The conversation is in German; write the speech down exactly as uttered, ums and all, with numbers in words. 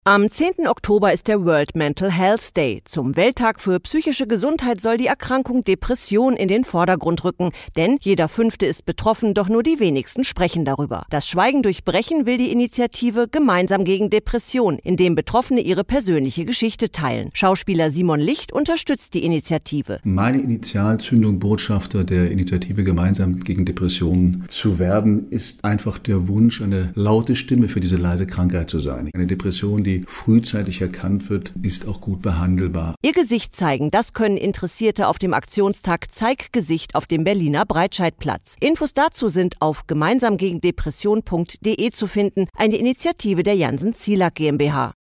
Am zehnten Oktober ist der World Mental Health Day. Zum Welttag für psychische Gesundheit soll die Erkrankung Depression in den Vordergrund rücken. Denn jeder Fünfte ist betroffen, doch nur die wenigsten sprechen darüber. Das Schweigen durchbrechen will die Initiative Gemeinsam gegen Depression, in dem Betroffene ihre persönliche Geschichte teilen. Schauspieler Simon Licht unterstützt die Initiative. Meine Initialzündung, Botschafter der Initiative Gemeinsam gegen Depressionen zu werden, ist einfach der Wunsch, eine laute Stimme für diese leise Krankheit zu sein. Eine Depression, die die frühzeitig erkannt wird, ist auch gut behandelbar. Ihr Gesicht zeigen, das können Interessierte auf dem Aktionstag Zeig Gesicht auf dem Berliner Breitscheidplatz. Infos dazu sind auf gemeinsam gegen depression punkt de zu finden, eine Initiative der Janssen-Zielak GmbH.